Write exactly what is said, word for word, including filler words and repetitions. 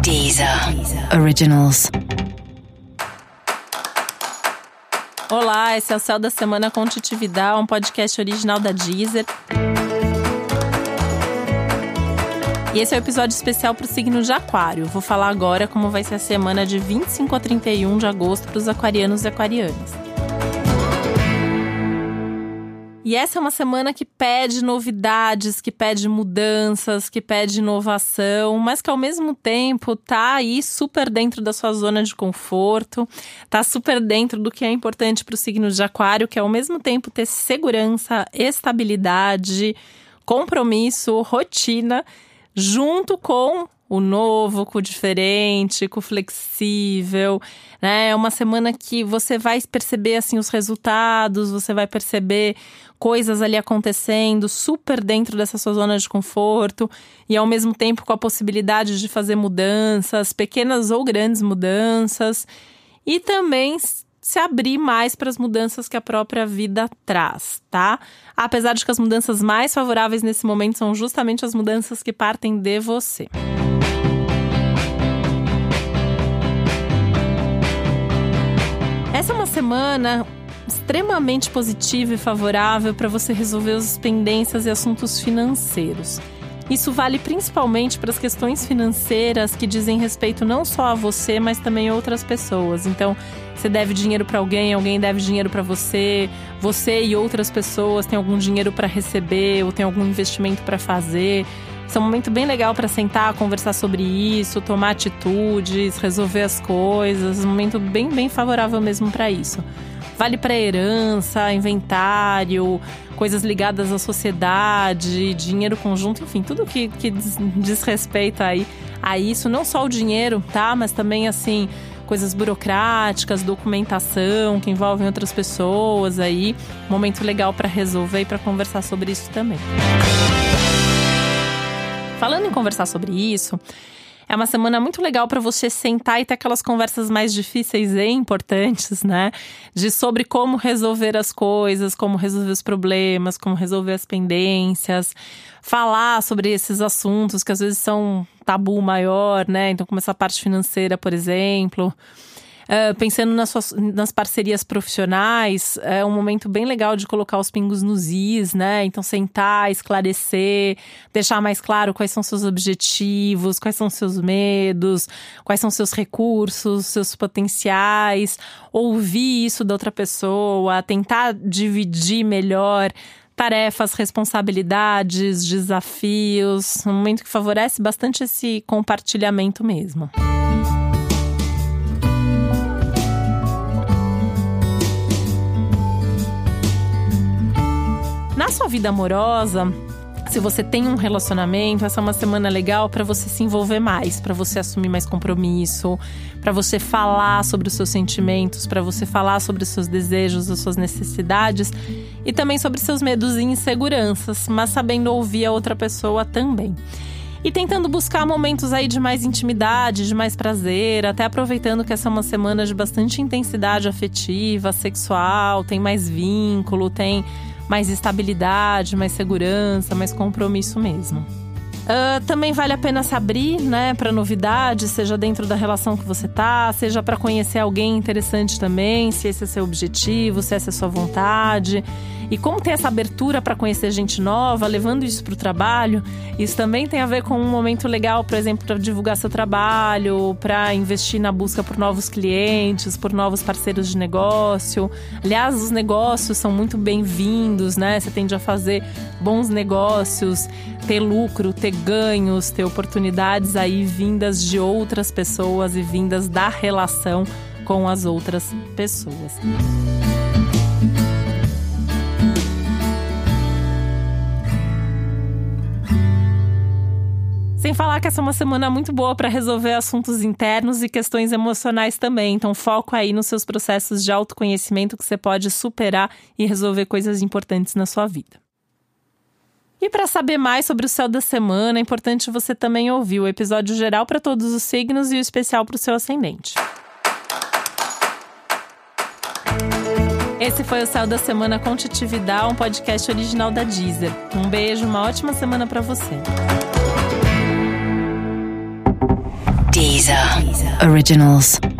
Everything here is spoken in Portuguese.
Deezer Originals. Olá, esse é o Céu da Semana com Titi Vidal, um podcast original da Deezer. E esse é o um episódio especial para o signo de Aquário. Vou falar agora como vai ser a semana de vinte e cinco a trinta e um de agosto para os aquarianos e aquarianas. E essa é uma semana que pede novidades, que pede mudanças, que pede inovação, mas que ao mesmo tempo tá aí super dentro da sua zona de conforto, tá super dentro do que é importante para o signo de Aquário, que é ao mesmo tempo ter segurança, estabilidade, compromisso, rotina, junto com o novo, com o diferente, com o flexível, né? É uma semana que você vai perceber, assim, os resultados, você vai perceber coisas ali acontecendo super dentro dessa sua zona de conforto e ao mesmo tempo com a possibilidade de fazer mudanças, pequenas ou grandes mudanças, e também se abrir mais para as mudanças que a própria vida traz, tá? Apesar de que as mudanças mais favoráveis nesse momento são justamente as mudanças que partem de você. Essa é uma semana extremamente positiva e favorável para você resolver as pendências e assuntos financeiros. Isso vale principalmente para as questões financeiras que dizem respeito não só a você, mas também a outras pessoas. Então, você deve dinheiro para alguém, alguém deve dinheiro para você, você e outras pessoas têm algum dinheiro para receber ou tem algum investimento para fazer. Esse é um momento bem legal para sentar, conversar sobre isso, tomar atitudes, resolver as coisas. Um momento bem, bem favorável mesmo para isso. Vale para herança, inventário, coisas ligadas à sociedade, dinheiro conjunto, enfim, tudo que, que diz, diz respeito aí a isso. Não só o dinheiro, tá? Mas também, assim, coisas burocráticas, documentação que envolvem outras pessoas aí. Momento legal para resolver e para conversar sobre isso também. Falando em conversar sobre isso, é uma semana muito legal para você sentar e ter aquelas conversas mais difíceis e importantes, né? De sobre como resolver as coisas, como resolver os problemas, como resolver as pendências. Falar sobre esses assuntos que às vezes são tabu maior, né? Então, como essa parte financeira, por exemplo. Uh, pensando nas, suas, nas parcerias profissionais, é um momento bem legal de colocar os pingos nos is, né? Então, sentar, esclarecer, deixar mais claro quais são seus objetivos, quais são seus medos, quais são seus recursos, seus potenciais, ouvir isso da outra pessoa, tentar dividir melhor tarefas, responsabilidades, desafios. Um momento que favorece bastante esse compartilhamento mesmo. Na sua vida amorosa, se você tem um relacionamento, essa é uma semana legal para você se envolver mais, para você assumir mais compromisso, para você falar sobre os seus sentimentos, para você falar sobre os seus desejos, as suas necessidades e também sobre seus medos e inseguranças, mas sabendo ouvir a outra pessoa também. E tentando buscar momentos aí de mais intimidade, de mais prazer, até aproveitando que essa é uma semana de bastante intensidade afetiva, sexual, tem mais vínculo, tem mais estabilidade, mais segurança, mais compromisso mesmo. Uh, também vale a pena se abrir, né, para novidades, seja dentro da relação que você tá, seja para conhecer alguém interessante também, se esse é seu objetivo, se essa é sua vontade. E como ter essa abertura para conhecer gente nova, levando isso para o trabalho, isso também tem a ver com um momento legal, por exemplo, para divulgar seu trabalho, para investir na busca por novos clientes, por novos parceiros de negócio. Aliás, os negócios são muito bem-vindos, né? Você tende a fazer bons negócios, ter lucro, ter ganhos, ter oportunidades aí vindas de outras pessoas e vindas da relação com as outras pessoas. Sem falar que essa é uma semana muito boa para resolver assuntos internos e questões emocionais também. Então, foco aí nos seus processos de autoconhecimento que você pode superar e resolver coisas importantes na sua vida. E para saber mais sobre o céu da semana, é importante você também ouvir o episódio geral para todos os signos e o especial para o seu ascendente. Esse foi o Céu da Semana com Titi Vidal, um podcast original da Deezer. Um beijo, uma ótima semana para você. Deezer. Originals.